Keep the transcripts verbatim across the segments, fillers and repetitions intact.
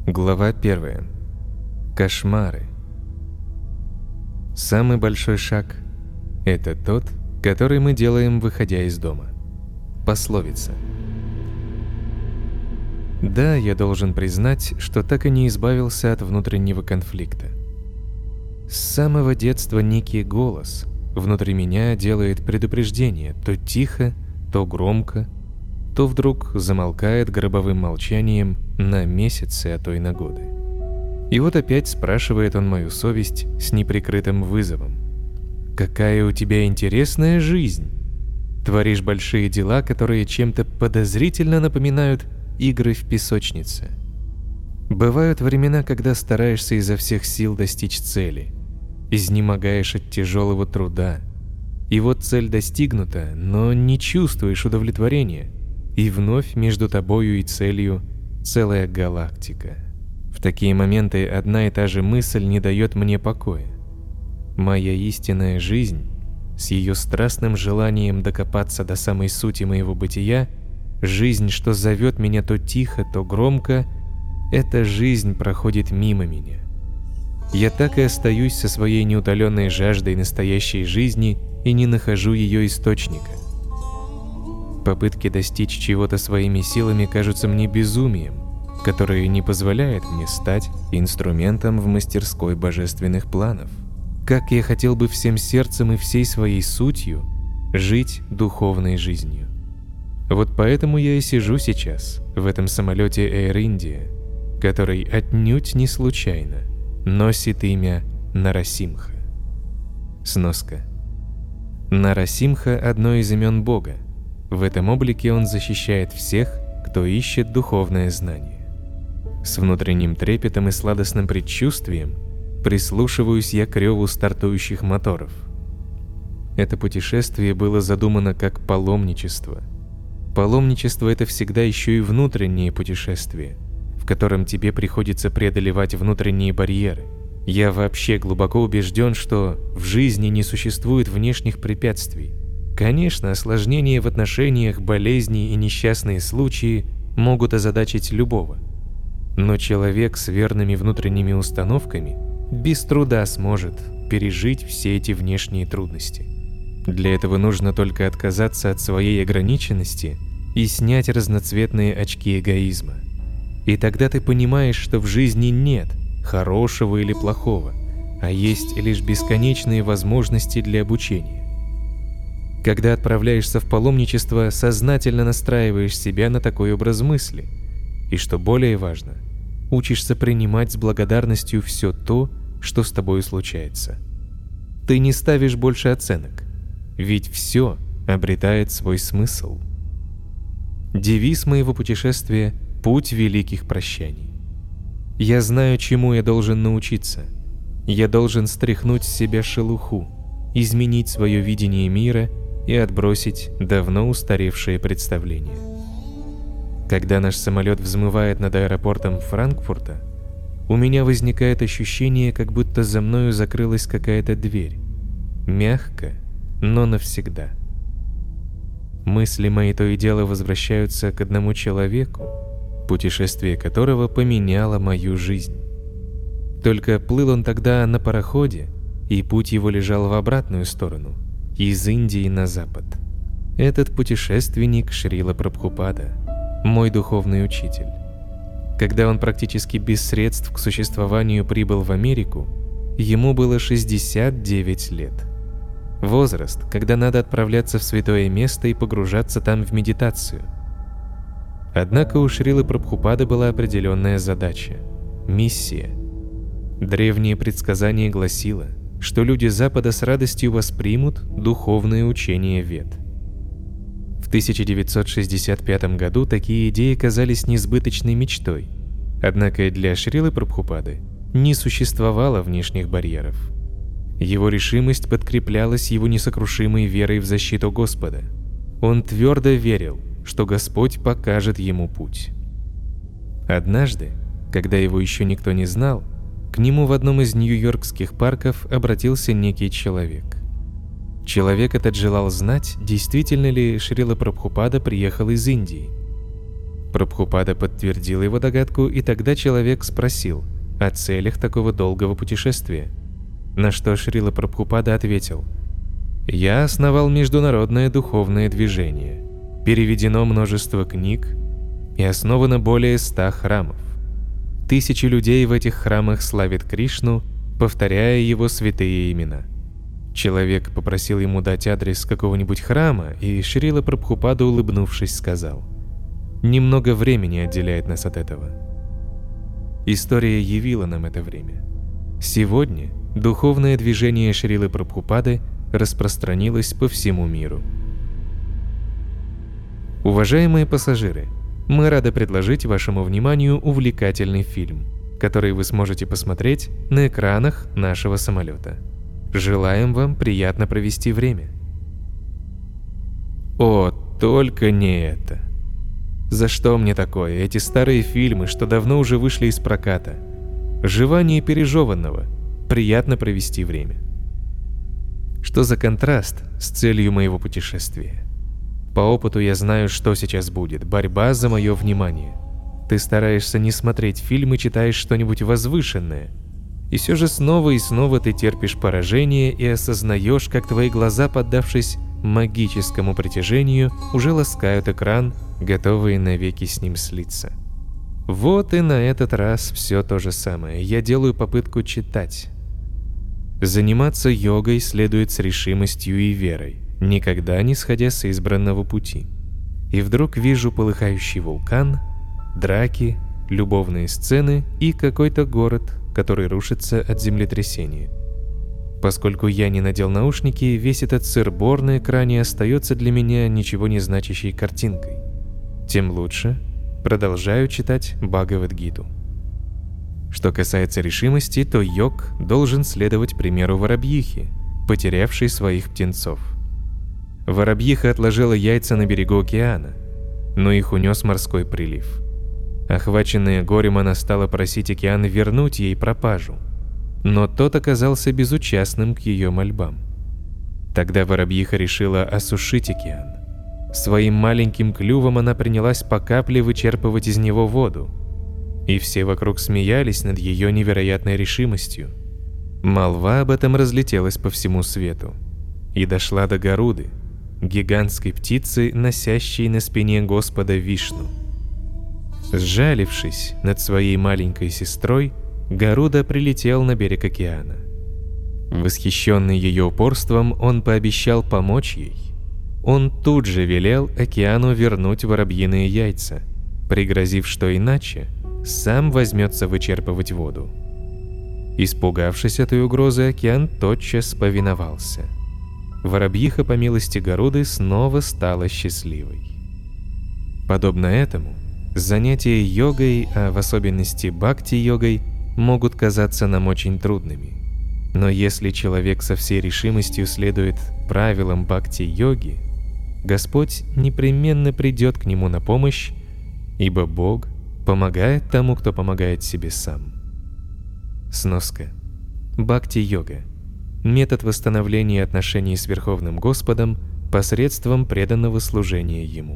Глава первая. Кошмары. Самый большой шаг – это тот, который мы делаем, выходя из дома. Пословица. Да, я должен признать, что так и не избавился от внутреннего конфликта. С самого детства некий голос внутри меня делает предупреждение то тихо, то громко, то вдруг замолкает гробовым молчанием на месяцы, а то и на годы. И вот опять спрашивает он мою совесть с неприкрытым вызовом. «Какая у тебя интересная жизнь! Творишь большие дела, которые чем-то подозрительно напоминают игры в песочнице. Бывают времена, когда стараешься изо всех сил достичь цели, изнемогаешь от тяжелого труда, и вот цель достигнута, но не чувствуешь удовлетворения, и вновь между тобою и целью целая галактика. В такие моменты одна и та же мысль не дает мне покоя. Моя истинная жизнь, с ее страстным желанием докопаться до самой сути моего бытия, жизнь, что зовет меня то тихо, то громко, эта жизнь проходит мимо меня. Я так и остаюсь со своей неутоленной жаждой настоящей жизни и не нахожу ее источника. Попытки достичь чего-то своими силами кажутся мне безумием, которое не позволяет мне стать инструментом в мастерской божественных планов. Как я хотел бы всем сердцем и всей своей сутью жить духовной жизнью. Вот поэтому я и сижу сейчас в этом самолете Air India, который отнюдь не случайно носит имя Нарасимха. Сноска. Нарасимха – одно из имен Бога. В этом облике он защищает всех, кто ищет духовное знание. С внутренним трепетом и сладостным предчувствием прислушиваюсь я к реву стартующих моторов. Это путешествие было задумано как паломничество. Паломничество – это всегда еще и внутреннее путешествие, в котором тебе приходится преодолевать внутренние барьеры. Я вообще глубоко убежден, что в жизни не существует внешних препятствий. Конечно, осложнения в отношениях, болезни и несчастные случаи могут озадачить любого. Но человек с верными внутренними установками без труда сможет пережить все эти внешние трудности. Для этого нужно только отказаться от своей ограниченности и снять разноцветные очки эгоизма. И тогда ты понимаешь, что в жизни нет хорошего или плохого, а есть лишь бесконечные возможности для обучения. Когда отправляешься в паломничество, сознательно настраиваешь себя на такой образ мысли. И что более важно, учишься принимать с благодарностью все то, что с тобой случается. Ты не ставишь больше оценок, ведь все обретает свой смысл. Девиз моего путешествия – путь великих прощаний. Я знаю, чему я должен научиться. Я должен стряхнуть с себя шелуху, изменить свое видение мира и отбросить давно устаревшие представления. Когда наш самолет взмывает над аэропортом Франкфурта, у меня возникает ощущение, как будто за мною закрылась какая-то дверь. Мягко, но навсегда. Мысли мои то и дело возвращаются к одному человеку, путешествие которого поменяло мою жизнь. Только плыл он тогда на пароходе, и путь его лежал в обратную сторону, из Индии на запад. Этот путешественник Шрила Прабхупада, мой духовный учитель. Когда он практически без средств к существованию прибыл в Америку, ему было шестьдесят девять лет. Возраст, когда надо отправляться в святое место и погружаться там в медитацию. Однако у Шрилы Прабхупады была определенная задача – миссия. Древнее предсказание гласило, что люди Запада с радостью воспримут духовное учение Вед. В тысяча девятьсот шестьдесят пятом году такие идеи казались несбыточной мечтой, однако для Шрилы Прабхупады не существовало внешних барьеров. Его решимость подкреплялась его несокрушимой верой в защиту Господа. Он твердо верил, что Господь покажет ему путь. Однажды, когда его еще никто не знал, к нему в одном из нью-йоркских парков обратился некий человек. Человек этот желал знать, действительно ли Шрила Прабхупада приехал из Индии. Прабхупада подтвердил его догадку, и тогда человек спросил о целях такого долгого путешествия. На что Шрила Прабхупада ответил: «Я основал международное духовное движение, переведено множество книг и основано более ста храмов. Тысячи людей в этих храмах славят Кришну, повторяя его святые имена». Человек попросил ему дать адрес какого-нибудь храма, и Шрила Прабхупада, улыбнувшись, сказал: «Немного времени отделяет нас от этого». История явила нам это время. Сегодня духовное движение Шрилы Прабхупады распространилось по всему миру. Уважаемые пассажиры, мы рады предложить вашему вниманию увлекательный фильм, который вы сможете посмотреть на экранах нашего самолета. Желаем вам приятно провести время. О, только не это. За что мне такое? Эти старые фильмы, что давно уже вышли из проката. Жевание пережеванного. Приятно провести время. Что за контраст с целью моего путешествия? По опыту я знаю, что сейчас будет. Борьба за мое внимание. Ты стараешься не смотреть фильм и читаешь что-нибудь возвышенное. И все же снова и снова ты терпишь поражение и осознаешь, как твои глаза, поддавшись магическому притяжению, уже ласкают экран, готовые навеки с ним слиться. Вот и на этот раз все то же самое. Я делаю попытку читать. Заниматься йогой следует с решимостью и верой, никогда не сходя с избранного пути. И вдруг вижу полыхающий вулкан, драки, любовные сцены и какой-то город, который рушится от землетрясения. Поскольку я не надел наушники, весь этот сыр-бор на экране остается для меня ничего не значащей картинкой. Тем лучше. Продолжаю читать Бхагавад-гиту. Что касается решимости, то йог должен следовать примеру воробьихи, потерявшей своих птенцов. Воробьиха отложила яйца на берегу океана, но их унес морской прилив. Охваченная горем, она стала просить океан вернуть ей пропажу, но тот оказался безучастным к ее мольбам. Тогда воробьиха решила осушить океан. Своим маленьким клювом она принялась по капле вычерпывать из него воду, и все вокруг смеялись над ее невероятной решимостью. Молва об этом разлетелась по всему свету и дошла до Гаруды, гигантской птицы, носящей на спине Господа Вишну. Сжалившись над своей маленькой сестрой, Гаруда прилетел на берег океана. Восхищенный ее упорством, он пообещал помочь ей. Он тут же велел океану вернуть воробьиные яйца, пригрозив, что иначе сам возьмется вычерпывать воду. Испугавшись этой угрозы, океан тотчас повиновался. Воробьиха, по милости Гаруды, снова стала счастливой. Подобно этому, занятия йогой, а в особенности бхакти-йогой, могут казаться нам очень трудными. Но если человек со всей решимостью следует правилам бхакти-йоги, Господь непременно придет к нему на помощь, ибо Бог помогает тому, кто помогает себе сам. Сноска. Бхакти-йога – метод восстановления отношений с Верховным Господом посредством преданного служения Ему.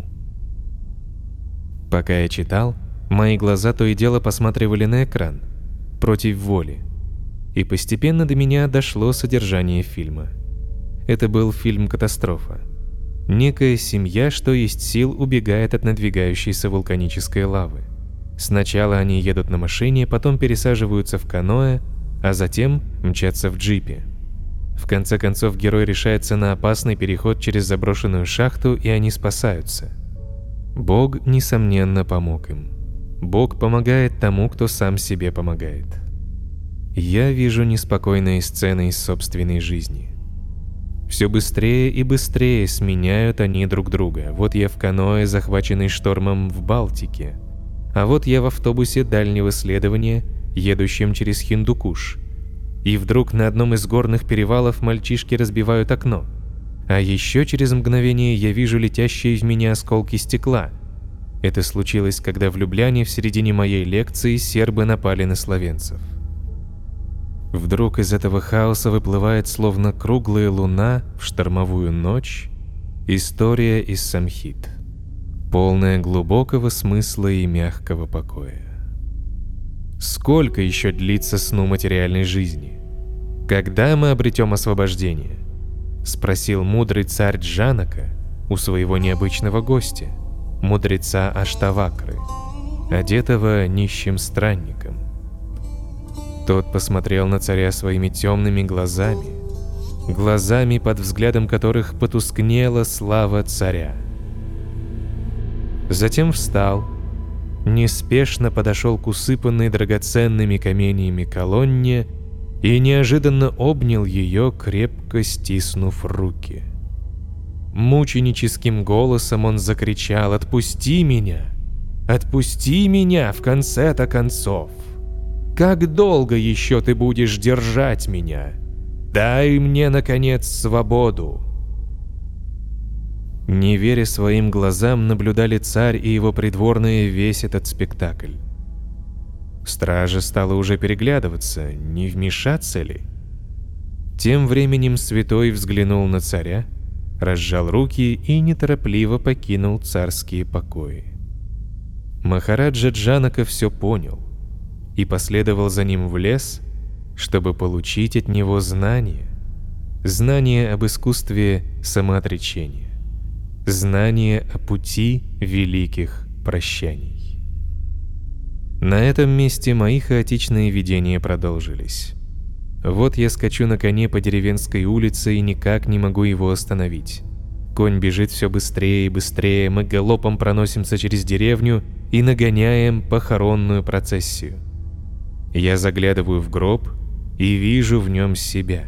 Пока я читал, мои глаза то и дело посматривали на экран, против воли, и постепенно до меня дошло содержание фильма. Это был фильм-катастрофа. Некая семья, что есть сил, убегает от надвигающейся вулканической лавы. Сначала они едут на машине, потом пересаживаются в каноэ, а затем мчатся в джипе. В конце концов, герой решается на опасный переход через заброшенную шахту, и они спасаются. Бог, несомненно, помог им. Бог помогает тому, кто сам себе помогает. Я вижу неспокойные сцены из собственной жизни. Все быстрее и быстрее сменяют они друг друга. Вот я в каноэ, захваченный штормом в Балтике. А вот я в автобусе дальнего следования, едущем через Хиндукуш. И вдруг на одном из горных перевалов мальчишки разбивают окно. А еще через мгновение я вижу летящие в меня осколки стекла. Это случилось, когда в Любляне в середине моей лекции сербы напали на словенцев. Вдруг из этого хаоса выплывает, словно круглая луна в штормовую ночь, история из Самхит. полное глубокого смысла и мягкого покоя. Сколько еще длится сну материальной жизни? Когда мы обретем освобождение? Спросил мудрый царь Джанака у своего необычного гостя, мудреца Аштавакры, одетого нищим странником. Тот посмотрел на царя своими темными глазами, глазами, под взглядом которых потускнела слава царя. Затем встал, неспешно подошел к усыпанной драгоценными каменьями колонне и неожиданно обнял ее, крепко стиснув руки. Мученическим голосом он закричал: «Отпусти меня! Отпусти меня в конце-то концов! Как долго еще ты будешь держать меня? Дай мне, наконец, свободу!» Не веря своим глазам, наблюдали царь и его придворные весь этот спектакль. Стража стала уже переглядываться, не вмешаться ли. Тем временем святой взглянул на царя, разжал руки и неторопливо покинул царские покои. Махараджа Джанака все понял и последовал за ним в лес, чтобы получить от него знания, знания об искусстве самоотречения, знания о пути великих прощаний. На этом месте мои хаотичные видения продолжились. Вот я скачу на коне по деревенской улице и никак не могу его остановить. Конь бежит все быстрее и быстрее, мы галопом проносимся через деревню и нагоняем похоронную процессию. Я заглядываю в гроб и вижу в нем себя.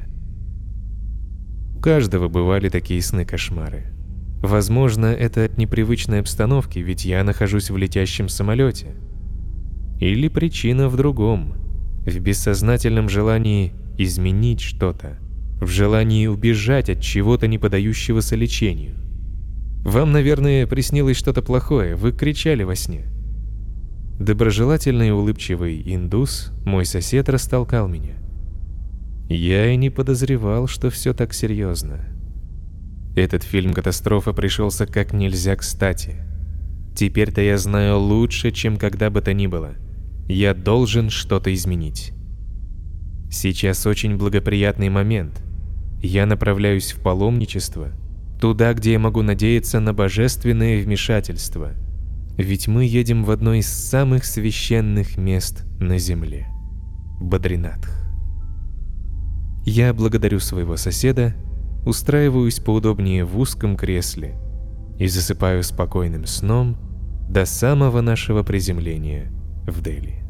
У каждого бывали такие сны-кошмары. Возможно, это от непривычной обстановки, ведь я нахожусь в летящем самолете. Или причина в другом, в бессознательном желании изменить что-то, в желании убежать от чего-то, не поддающегося лечению. Вам, наверное, приснилось что-то плохое, вы кричали во сне. Доброжелательный и улыбчивый индус, мой сосед, растолкал меня. Я и не подозревал, что все так серьезно. Этот фильм «Катастрофа» пришелся как нельзя кстати. Теперь-то я знаю лучше, чем когда бы то ни было. Я должен что-то изменить. Сейчас очень благоприятный момент. Я направляюсь в паломничество, туда, где я могу надеяться на божественное вмешательство. Ведь мы едем в одно из самых священных мест на земле – Бадринатх. Я благодарю своего соседа, устраиваюсь поудобнее в узком кресле и засыпаю спокойным сном до самого нашего приземления в Дели.